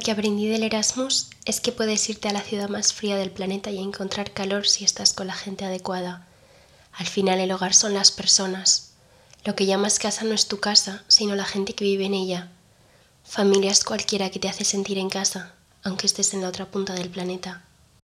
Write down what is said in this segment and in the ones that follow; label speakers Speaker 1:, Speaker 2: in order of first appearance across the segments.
Speaker 1: que aprendí del Erasmus es que puedes irte a la ciudad más fría del planeta y encontrar calor si estás con la gente adecuada. Al final el hogar son las personas. Lo que llamas casa no es tu casa, sino la gente que vive en ella. Familia es cualquiera que te hace sentir en casa, aunque estés en la otra punta del planeta.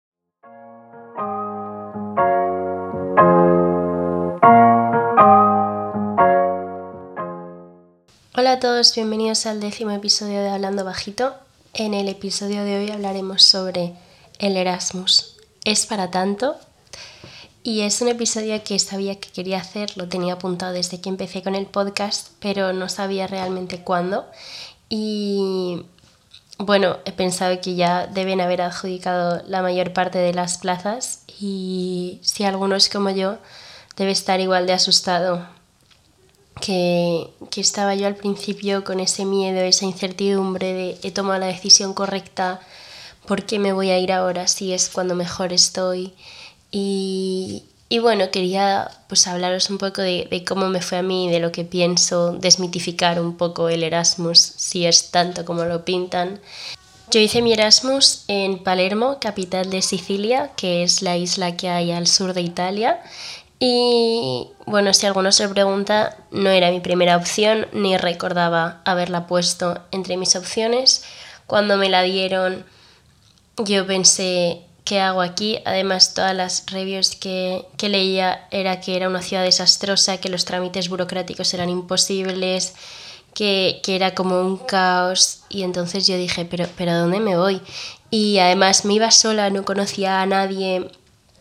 Speaker 1: Hola a todos, bienvenidos al 10º episodio de Hablando Bajito. En el episodio de hoy hablaremos sobre el Erasmus. ¿Es para tanto? Y es un episodio que sabía que quería hacer, lo tenía apuntado desde que empecé con el podcast, pero no sabía realmente cuándo. Y bueno, he pensado que ya deben haber adjudicado la mayor parte de las plazas y si alguno es como yo, debe estar igual de asustado que estaba yo al principio, con ese miedo, esa incertidumbre de he tomado la decisión correcta, ¿por qué me voy a ir ahora si es cuando mejor estoy? Y bueno, quería pues hablaros un poco de cómo me fue a mí, de lo que pienso, desmitificar un poco el Erasmus, si es tanto como lo pintan. Yo hice mi Erasmus en Palermo, capital de Sicilia, que es la isla que hay al sur de Italia. Y bueno, si alguno se pregunta, no era mi primera opción, ni recordaba haberla puesto entre mis opciones. Cuando me la dieron, yo pensé, ¿qué hago aquí? Además, todas las reviews que leía era que era una ciudad desastrosa, que los trámites burocráticos eran imposibles, que era como un caos. Y entonces yo dije, ¿pero a dónde me voy? Y además me iba sola, no conocía a nadie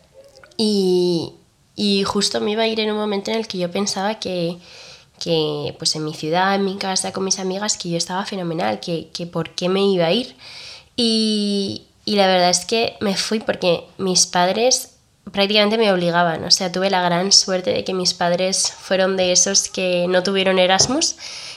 Speaker 1: y justo me iba a ir en un momento en el que yo pensaba que pues en mi ciudad, en mi casa, con mis amigas, que yo estaba fenomenal, que por qué me iba a ir. Y la verdad es que me fui porque mis padres prácticamente me obligaban. O sea, tuve la gran suerte de que mis padres fueron de esos que no tuvieron Erasmus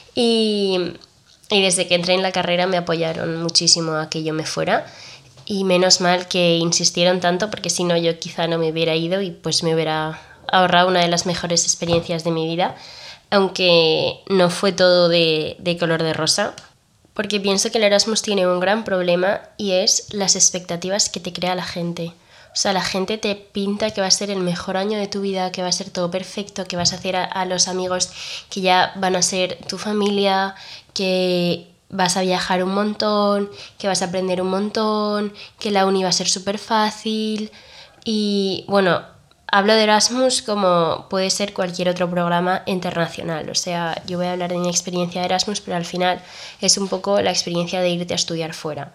Speaker 1: y desde que entré en la carrera me apoyaron muchísimo a que yo me fuera. Y menos mal que insistieron tanto, porque si no yo quizá no me hubiera ido y pues me hubiera ahorrado una de las mejores experiencias de mi vida, aunque no fue todo de color de rosa, porque pienso que el Erasmus tiene un gran problema y es las expectativas que te crea la gente. O sea, la gente te pinta que va a ser el mejor año de tu vida, que va a ser todo perfecto, que vas a hacer a los amigos que ya van a ser tu familia, que vas a viajar un montón, que vas a aprender un montón, que la uni va a ser súper fácil. Y bueno, hablo de Erasmus como puede ser cualquier otro programa internacional. O sea, yo voy a hablar de mi experiencia de Erasmus, pero al final es un poco la experiencia de irte a estudiar fuera.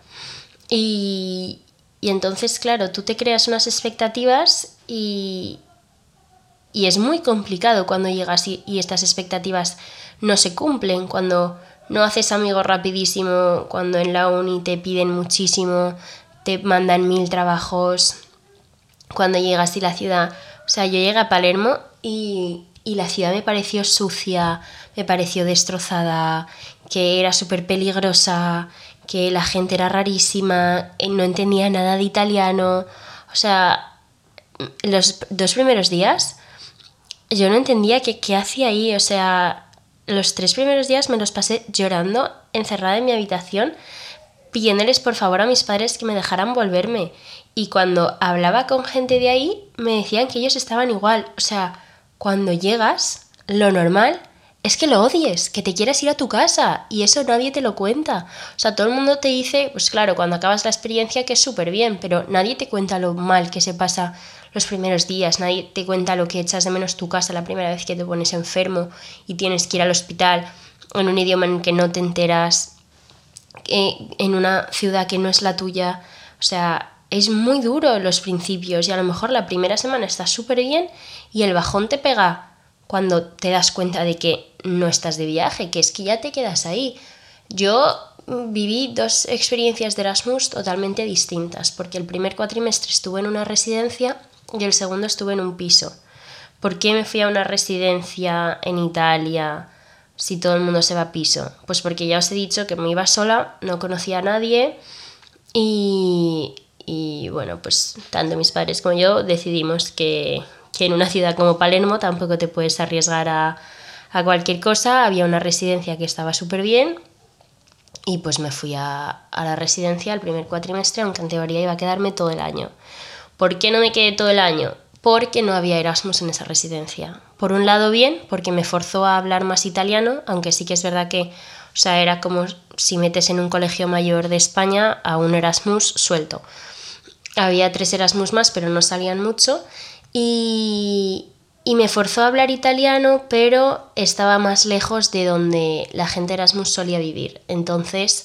Speaker 1: Y entonces, claro, tú te creas unas expectativas y es muy complicado cuando llegas y estas expectativas no se cumplen, cuando no haces amigos rapidísimo, cuando en la uni te piden muchísimo, te mandan 1000 trabajos, cuando llegas y la ciudad... O sea, yo llegué a Palermo y la ciudad me pareció sucia, me pareció destrozada, que era súper peligrosa, que la gente era rarísima, no entendía nada de italiano. O sea, los 2 primeros días yo no entendía qué hacía ahí. O sea, los 3 primeros días me los pasé llorando, encerrada en mi habitación, pidiéndoles por favor a mis padres que me dejaran volverme. Y cuando hablaba con gente de ahí, me decían que ellos estaban igual. O sea, cuando llegas, lo normal es que lo odies, que te quieras ir a tu casa, y eso nadie te lo cuenta. O sea, todo el mundo te dice, pues claro, cuando acabas la experiencia que es súper bien, pero nadie te cuenta lo mal que se pasa los primeros días, nadie te cuenta lo que echas de menos tu casa la primera vez que te pones enfermo y tienes que ir al hospital en un idioma en el que no te enteras, en una ciudad que no es la tuya. O sea, es muy duro los principios y a lo mejor la primera semana estás súper bien y el bajón te pega cuando te das cuenta de que no estás de viaje, que es que ya te quedas ahí. Yo viví 2 experiencias de Erasmus totalmente distintas, porque el primer cuatrimestre estuve en una residencia y el segundo estuve en un piso. ¿Por qué me fui a una residencia en Italia si todo el mundo se va a piso? Pues porque ya os he dicho que me iba sola, no conocía a nadie y bueno, pues tanto mis padres como yo decidimos que en una ciudad como Palermo tampoco te puedes arriesgar a cualquier cosa. Había una residencia que estaba súper bien y pues me fui a la residencia el primer cuatrimestre, aunque en teoría iba a quedarme todo el año. ¿Por qué no me quedé todo el año? Porque no había Erasmus en esa residencia. Por un lado bien, porque me forzó a hablar más italiano, aunque sí que es verdad que, o sea, era como si metes en un colegio mayor de España a un Erasmus suelto. Había 3 Erasmus más, pero no salían mucho, y me forzó a hablar italiano, pero estaba más lejos de donde la gente Erasmus solía vivir. Entonces,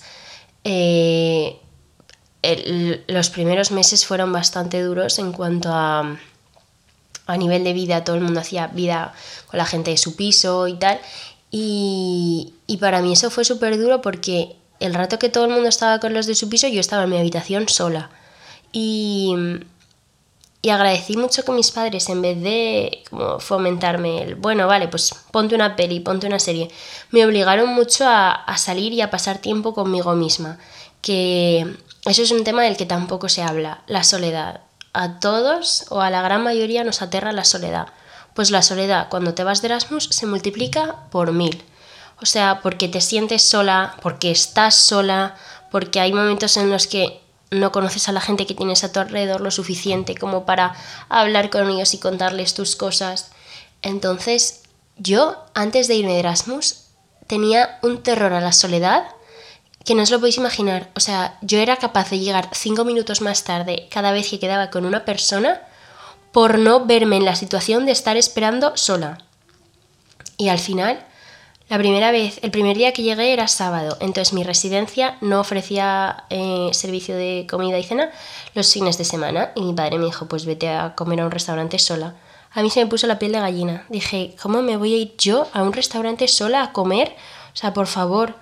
Speaker 1: los primeros meses fueron bastante duros en cuanto a nivel de vida. Todo el mundo hacía vida con la gente de su piso y tal, y para mí eso fue súper duro porque el rato que todo el mundo estaba con los de su piso, yo estaba en mi habitación sola. Y agradecí mucho que mis padres, en vez de como fomentarme el, bueno, vale, pues ponte una peli, ponte una serie, me obligaron mucho a salir y a pasar tiempo conmigo misma. Que eso es un tema del que tampoco se habla, la soledad. A todos o a la gran mayoría nos aterra la soledad. Pues la soledad, cuando te vas de Erasmus, se multiplica por 1000. O sea, porque te sientes sola, porque estás sola, porque hay momentos en los que no conoces a la gente que tienes a tu alrededor lo suficiente como para hablar con ellos y contarles tus cosas. Entonces, yo, antes de irme de Erasmus, tenía un terror a la soledad que no os lo podéis imaginar. O sea, yo era capaz de llegar 5 minutos más tarde cada vez que quedaba con una persona por no verme en la situación de estar esperando sola. Y al final, el primer día que llegué era sábado, entonces mi residencia no ofrecía servicio de comida y cena los fines de semana, y mi padre me dijo, pues vete a comer a un restaurante sola. A mí se me puso la piel de gallina. Dije, ¿cómo me voy a ir yo a un restaurante sola a comer? O sea, por favor.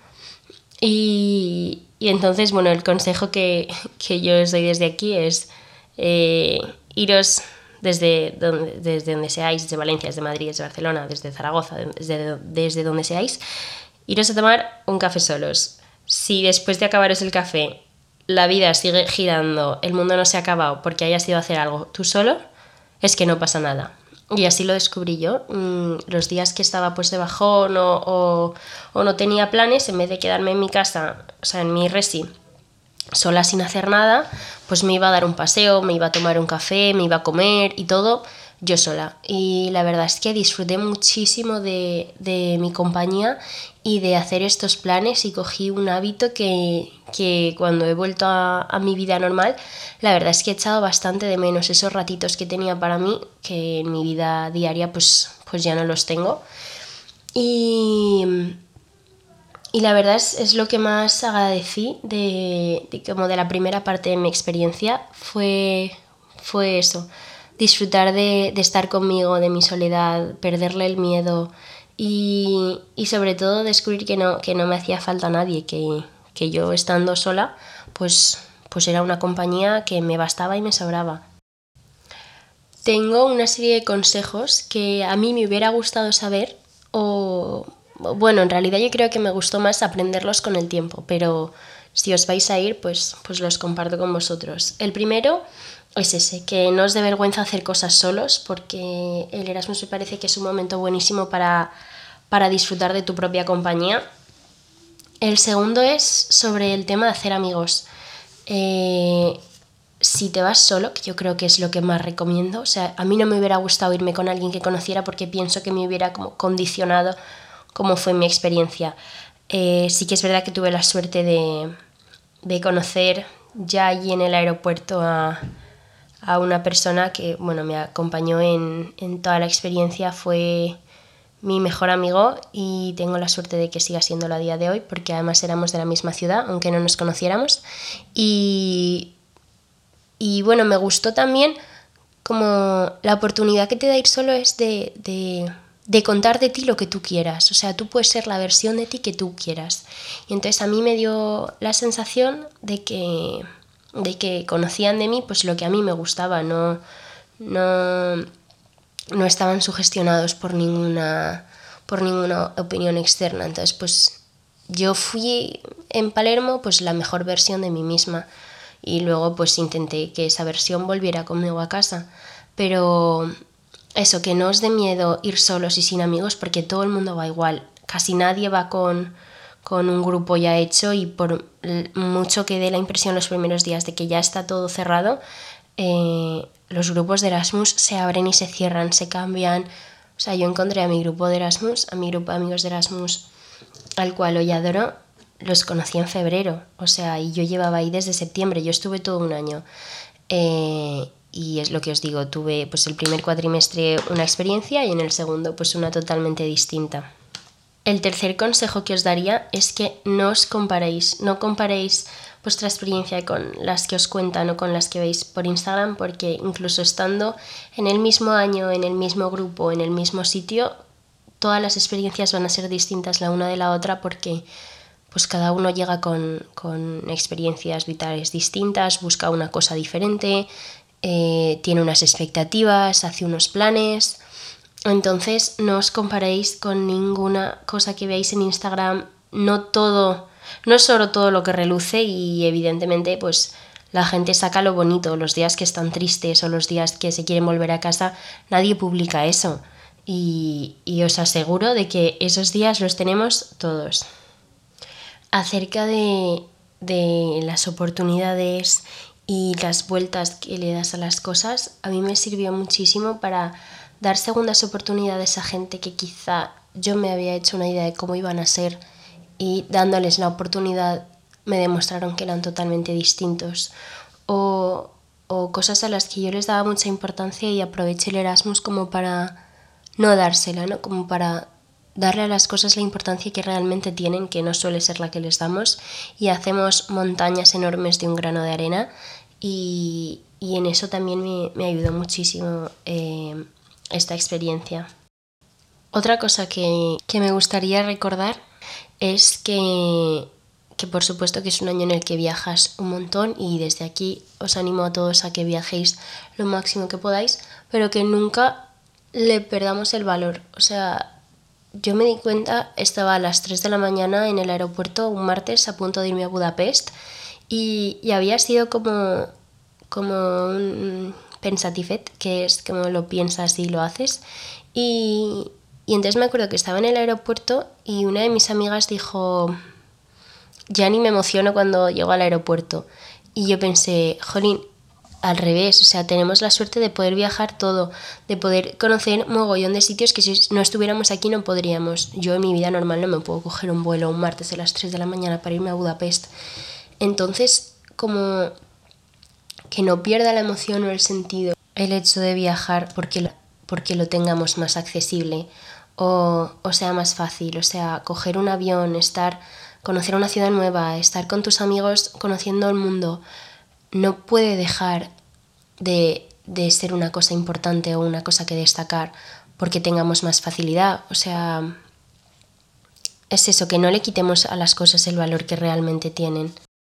Speaker 1: Y entonces, bueno, el consejo que yo os doy desde aquí es iros desde donde seáis, desde Valencia, desde Madrid, desde Barcelona, desde Zaragoza, desde donde seáis, iros a tomar un café solos. Si después de acabaros el café la vida sigue girando, el mundo no se ha acabado porque hayas ido a hacer algo tú solo, es que no pasa nada. Y así lo descubrí yo. Los días que estaba pues de bajón o no tenía planes, en vez de quedarme en mi casa, o sea, en mi resi, sola sin hacer nada, pues me iba a dar un paseo, me iba a tomar un café, me iba a comer y todo yo sola. Y la verdad es que disfruté muchísimo de mi compañía y de hacer estos planes, y cogí un hábito que cuando he vuelto a mi vida normal, la verdad es que he echado bastante de menos esos ratitos que tenía para mí, que en mi vida diaria pues ya no los tengo. Y la verdad es lo que más agradecí como de la primera parte de mi experiencia, fue eso, disfrutar de estar conmigo, de mi soledad, perderle el miedo, y sobre todo descubrir que no me hacía falta nadie, que yo estando sola pues era una compañía que me bastaba y me sobraba. Tengo una serie de consejos que a mí me hubiera gustado saber, o bueno, en realidad yo creo que me gustó más aprenderlos con el tiempo, pero si os vais a ir, pues los comparto con vosotros. El primero es ese, que no os dé vergüenza hacer cosas solos, porque el Erasmus me parece que es un momento buenísimo para disfrutar de tu propia compañía. El segundo es sobre el tema de hacer amigos. Si te vas solo, que yo creo que es lo que más recomiendo, o sea, a mí no me hubiera gustado irme con alguien que conociera porque pienso que me hubiera como condicionado como fue mi experiencia. Sí que es verdad que tuve la suerte de conocer ya allí en el aeropuerto a una persona que, bueno, me acompañó en toda la experiencia, fue mi mejor amigo, y tengo la suerte de que siga siéndolo a día de hoy, porque además éramos de la misma ciudad, aunque no nos conociéramos. Y bueno, me gustó también como la oportunidad que te da ir solo es de contar de ti lo que tú quieras. O sea, tú puedes ser la versión de ti que tú quieras. Y entonces a mí me dio la sensación de que conocían de mí pues lo que a mí me gustaba. No estaban sugestionados por ninguna opinión externa. Entonces pues yo fui en Palermo pues la mejor versión de mí misma, y luego pues intenté que esa versión volviera conmigo a casa. Pero eso, que no os dé miedo ir solos y sin amigos, porque todo el mundo va igual, casi nadie va con con un grupo ya hecho, y por mucho que dé la impresión los primeros días de que ya está todo cerrado, los grupos de Erasmus se abren y se cierran, se cambian. O sea, yo encontré a mi grupo de Erasmus, a mi grupo de amigos de Erasmus, al cual hoy adoro, los conocí en febrero. O sea, y yo llevaba ahí desde septiembre, yo estuve todo un año. Y es lo que os digo, tuve pues el primer cuatrimestre una experiencia y en el segundo pues una totalmente distinta. El tercer consejo que os daría es que no os comparéis, no comparéis vuestra experiencia con las que os cuentan o con las que veis por Instagram, porque incluso estando en el mismo año, en el mismo grupo, en el mismo sitio, todas las experiencias van a ser distintas la una de la otra, porque pues cada uno llega con experiencias vitales distintas, busca una cosa diferente, tiene unas expectativas, hace unos planes. Entonces no os comparéis con ninguna cosa que veáis en Instagram. No es solo todo lo que reluce, y evidentemente pues la gente saca lo bonito. Los días que están tristes o los días que se quieren volver a casa, nadie publica eso. Y os aseguro de que esos días los tenemos todos. Acerca de las oportunidades y las vueltas que le das a las cosas, a mí me sirvió muchísimo para dar segundas oportunidades a gente que quizá yo me había hecho una idea de cómo iban a ser, y dándoles la oportunidad me demostraron que eran totalmente distintos. O cosas a las que yo les daba mucha importancia y aproveché el Erasmus como para no dársela, ¿no? Como para darle a las cosas la importancia que realmente tienen, que no suele ser la que les damos, y hacemos montañas enormes de un grano de arena, y en eso también me ayudó muchísimo esta experiencia. Otra cosa que me gustaría recordar es que por supuesto que es un año en el que viajas un montón, y desde aquí os animo a todos a que viajéis lo máximo que podáis, pero que nunca le perdamos el valor. O sea, yo me di cuenta, estaba a las 3 de la mañana en el aeropuerto un martes a punto de irme a Budapest, y había sido como un pensatifet, que es como lo piensas y lo haces. Y entonces me acuerdo que estaba en el aeropuerto y una de mis amigas dijo: ya ni me emociono cuando llego al aeropuerto. Y yo pensé, jolín, al revés, o sea, tenemos la suerte de poder viajar todo, de poder conocer un mogollón de sitios que si no estuviéramos aquí no podríamos. Yo en mi vida normal no me puedo coger un vuelo un martes a las 3 de la mañana para irme a Budapest. Entonces, como que no pierda la emoción o el sentido el hecho de viajar porque lo tengamos más accesible o sea más fácil. O sea, coger un avión, conocer una ciudad nueva, estar con tus amigos conociendo el mundo, no puede dejar de ser una cosa importante o una cosa que destacar porque tengamos más facilidad. O sea, es eso, que no le quitemos a las cosas el valor que realmente tienen.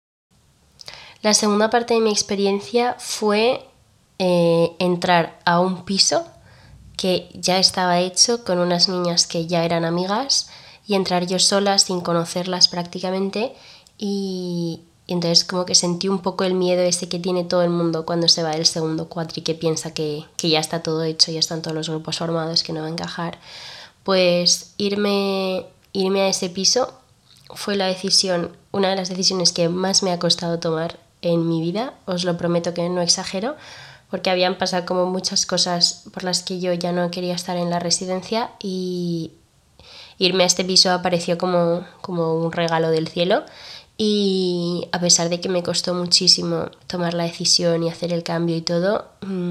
Speaker 1: La segunda parte de mi experiencia fue entrar a un piso que ya estaba hecho con unas niñas que ya eran amigas, y entrar yo sola sin conocerlas prácticamente, y entonces como que sentí un poco el miedo ese que tiene todo el mundo cuando se va el segundo cuatri, que piensa que ya está todo hecho, ya están todos los grupos formados, que no va a encajar. Pues irme a ese piso fue una de las decisiones que más me ha costado tomar en mi vida. Os lo prometo que no exagero, porque habían pasado como muchas cosas por las que yo ya no quería estar en la residencia, y irme a este piso apareció como un regalo del cielo. Y a pesar de que me costó muchísimo tomar la decisión y hacer el cambio y todo,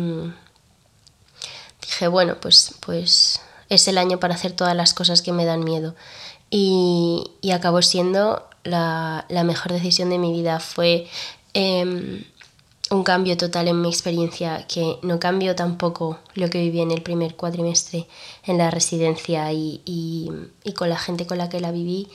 Speaker 1: dije, bueno, pues es el año para hacer todas las cosas que me dan miedo. Y acabó siendo la mejor decisión de mi vida. Fue un cambio total en mi experiencia, que no cambió tampoco lo que viví en el primer cuatrimestre en la residencia, y con la gente con la que la viví.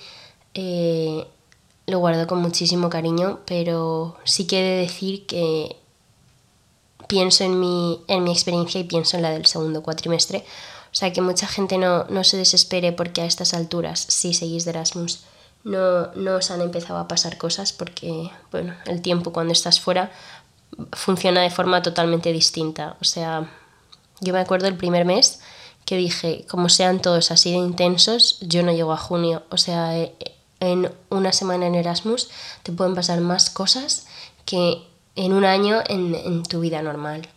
Speaker 1: Lo guardo con muchísimo cariño, pero sí que he de decir que pienso en mi experiencia y pienso en la del segundo cuatrimestre. O sea, que mucha gente no se desespere porque a estas alturas, si seguís de Erasmus, no os han empezado a pasar cosas, porque bueno, el tiempo cuando estás fuera funciona de forma totalmente distinta. O sea, yo me acuerdo el primer mes que dije, como sean todos así de intensos, yo no llego a junio. O sea, en una semana en Erasmus te pueden pasar más cosas que en un año en tu vida normal.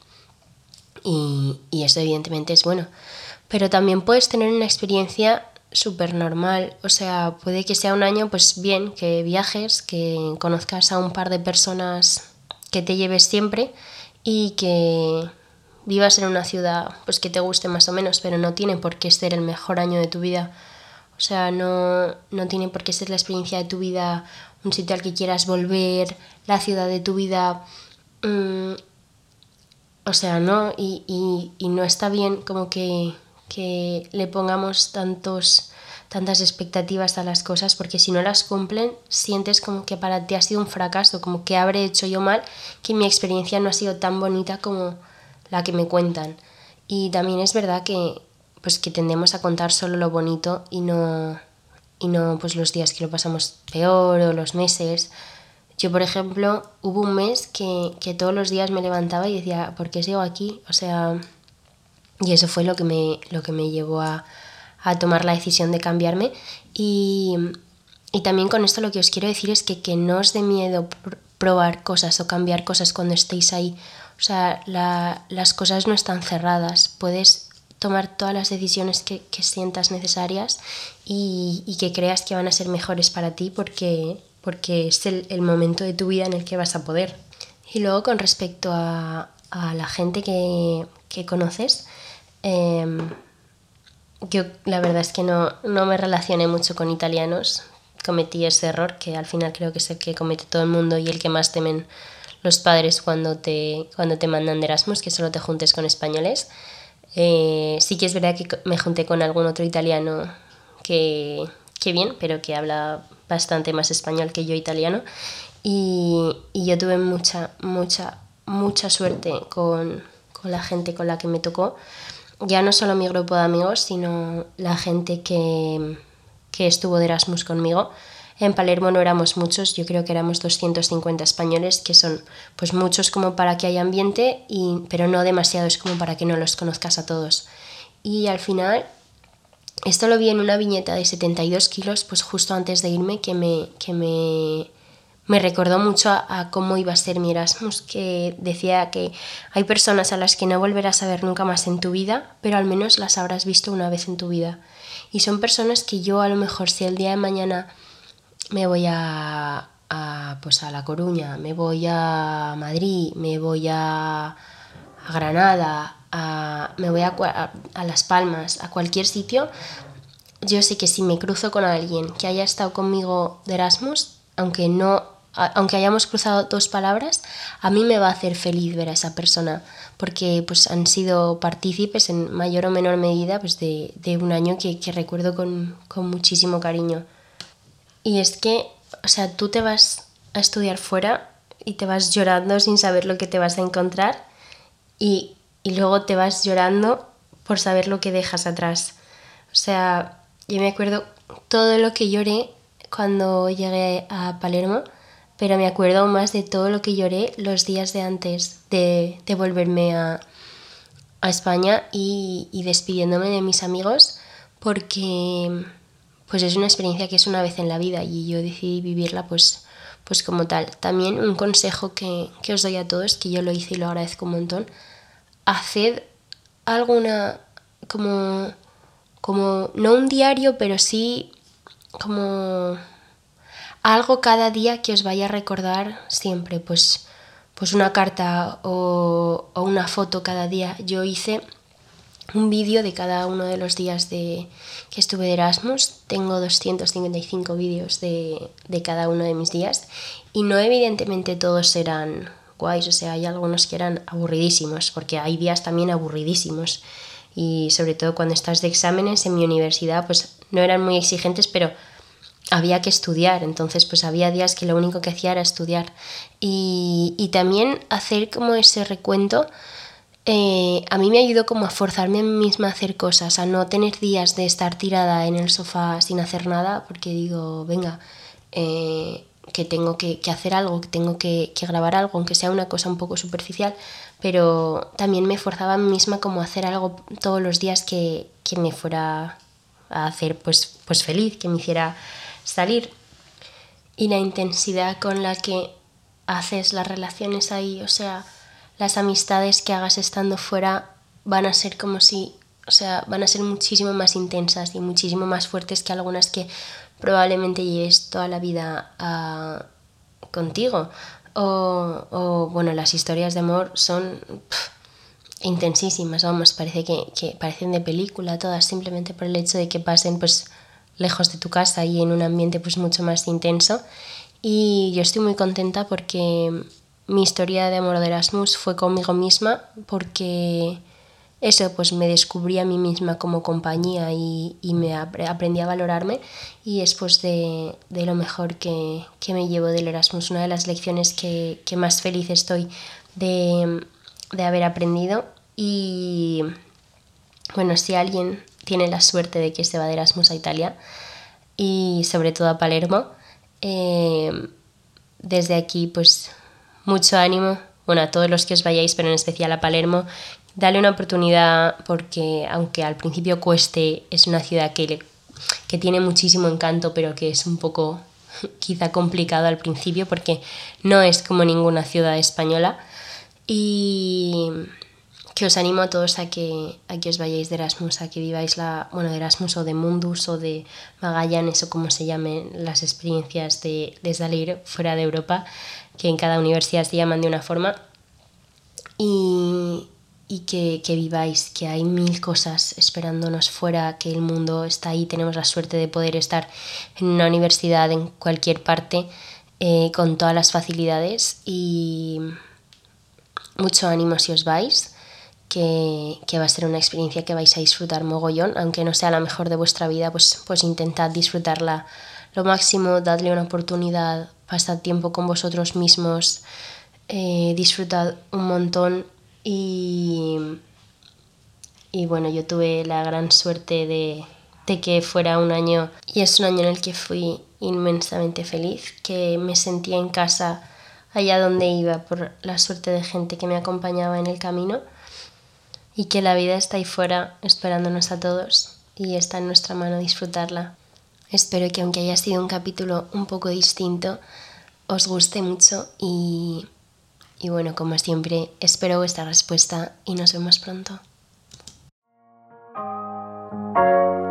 Speaker 1: Y eso evidentemente es bueno. Pero también puedes tener una experiencia súper normal. O sea, puede que sea un año, pues bien, que viajes, que conozcas a un par de personas que te lleves siempre y que vivas en una ciudad pues que te guste más o menos, pero no tiene por qué ser el mejor año de tu vida. O sea, no tiene por qué ser la experiencia de tu vida, un sitio al que quieras volver, la ciudad de tu vida. O sea, no, y no está bien como que le pongamos tantas expectativas a las cosas, porque si no las cumplen, sientes como que para ti ha sido un fracaso, como que habré hecho yo mal, que mi experiencia no ha sido tan bonita como la que me cuentan. Y también es verdad que pues que tendemos a contar solo lo bonito y no pues los días que lo pasamos peor o los meses. Yo, por ejemplo, hubo un mes que todos los días me levantaba y decía, ¿por qué sigo aquí? O sea, y eso fue lo que me llevó a tomar la decisión de cambiarme. Y también con esto lo que os quiero decir es que no os dé miedo probar cosas o cambiar cosas cuando estéis ahí. O sea, las cosas no están cerradas. Puedes tomar todas las decisiones que sientas necesarias y que creas que van a ser mejores para ti porque es el momento de tu vida en el que vas a poder. Y luego con respecto a la gente que conoces, yo la verdad es que no me relacioné mucho con italianos. Cometí ese error que al final creo que es el que comete todo el mundo y el que más temen los padres cuando te mandan de Erasmus, que solo te juntes con españoles. Sí que es verdad que me junté con algún otro italiano que bien, pero que habla bastante más español que yo italiano. Y yo tuve mucha suerte con la gente con la que me tocó. Ya no solo mi grupo de amigos, sino la gente que estuvo de Erasmus conmigo. En Palermo no éramos muchos, yo creo que éramos 250 españoles, que son pues muchos como para que haya ambiente, pero no demasiados como para que no los conozcas a todos. Y al final, esto lo vi en una viñeta de 72 kilos, pues justo antes de irme, que me recordó mucho a cómo iba a ser mi Erasmus, que decía que hay personas a las que no volverás a ver nunca más en tu vida, pero al menos las habrás visto una vez en tu vida. Y son personas que yo a lo mejor si el día de mañana me voy pues a La Coruña, me voy a Madrid, me voy a Granada, me voy a Las Palmas, a cualquier sitio, yo sé que si me cruzo con alguien que haya estado conmigo de Erasmus, aunque hayamos cruzado 2 palabras, a mí me va a hacer feliz ver a esa persona, porque pues han sido partícipes en mayor o menor medida pues de un año que recuerdo con muchísimo cariño. Y es que, o sea, tú te vas a estudiar fuera y te vas llorando sin saber lo que te vas a encontrar y luego te vas llorando por saber lo que dejas atrás. O sea, yo me acuerdo todo lo que lloré cuando llegué a Palermo, pero me acuerdo aún más de todo lo que lloré los días de antes de volverme a España y despidiéndome de mis amigos, porque pues es una experiencia que es una vez en la vida y yo decidí vivirla pues como tal. También un consejo que os doy a todos, que yo lo hice y lo agradezco un montón: haced alguna como no un diario, pero sí como algo cada día que os vaya a recordar siempre, pues una carta o una foto cada día. Yo hice un vídeo de cada uno de los días que estuve de Erasmus. Tengo 255 vídeos de cada uno de mis días y no evidentemente todos eran guays, o sea, hay algunos que eran aburridísimos, porque hay días también aburridísimos y sobre todo cuando estás de exámenes. En mi universidad pues no eran muy exigentes, pero había que estudiar, entonces pues había días que lo único que hacía era estudiar y también hacer como ese recuento. A mí me ayudó como a forzarme a mí misma a hacer cosas, a no tener días de estar tirada en el sofá sin hacer nada, porque digo, venga, que tengo que hacer algo, que tengo que grabar algo, aunque sea una cosa un poco superficial, pero también me forzaba a mí misma como a hacer algo todos los días que me fuera a hacer pues feliz, que me hiciera salir. y la intensidad con la que haces las relaciones ahí, o sea, las amistades que hagas estando fuera van a ser como si, o sea, van a ser muchísimo más intensas y muchísimo más fuertes que algunas que probablemente lleves toda la vida contigo. O, bueno, las historias de amor son intensísimas, vamos, parece que parecen de película todas, simplemente por el hecho de que pasen pues lejos de tu casa y en un ambiente pues mucho más intenso. Y yo estoy muy contenta porque mi historia de amor de Erasmus fue conmigo misma, porque eso, pues me descubrí a mí misma como compañía y me aprendí a valorarme, y es pues de lo mejor que me llevo del Erasmus, una de las lecciones que más feliz estoy de haber aprendido. Y bueno, si alguien tiene la suerte de que se va de Erasmus a Italia y sobre todo a Palermo, desde aquí pues mucho ánimo, bueno, a todos los que os vayáis, pero en especial a Palermo. Dale una oportunidad, porque aunque al principio cueste, es una ciudad que tiene muchísimo encanto, pero que es un poco quizá complicado al principio porque no es como ninguna ciudad española. Y que os animo a todos a que os vayáis de Erasmus, a que viváis de Erasmus o de Mundus o de Magallanes o como se llamen las experiencias de salir fuera de Europa, que en cada universidad se llaman de una forma. Y que viváis, que hay mil cosas esperándonos fuera, que el mundo está ahí, tenemos la suerte de poder estar en una universidad en cualquier parte, con todas las facilidades. Y mucho ánimo si os vais, que va a ser una experiencia que vais a disfrutar mogollón, aunque no sea la mejor de vuestra vida, pues intentad disfrutarla lo máximo, dadle una oportunidad, pasad tiempo con vosotros mismos, disfrutad un montón. Y bueno, yo tuve la gran suerte de que fuera un año, y es un año en el que fui inmensamente feliz, que me sentía en casa allá donde iba por la suerte de gente que me acompañaba en el camino, y que la vida está ahí fuera esperándonos a todos y está en nuestra mano disfrutarla. Espero que aunque haya sido un capítulo un poco distinto, os guste mucho y bueno, como siempre, espero vuestra respuesta y nos vemos pronto.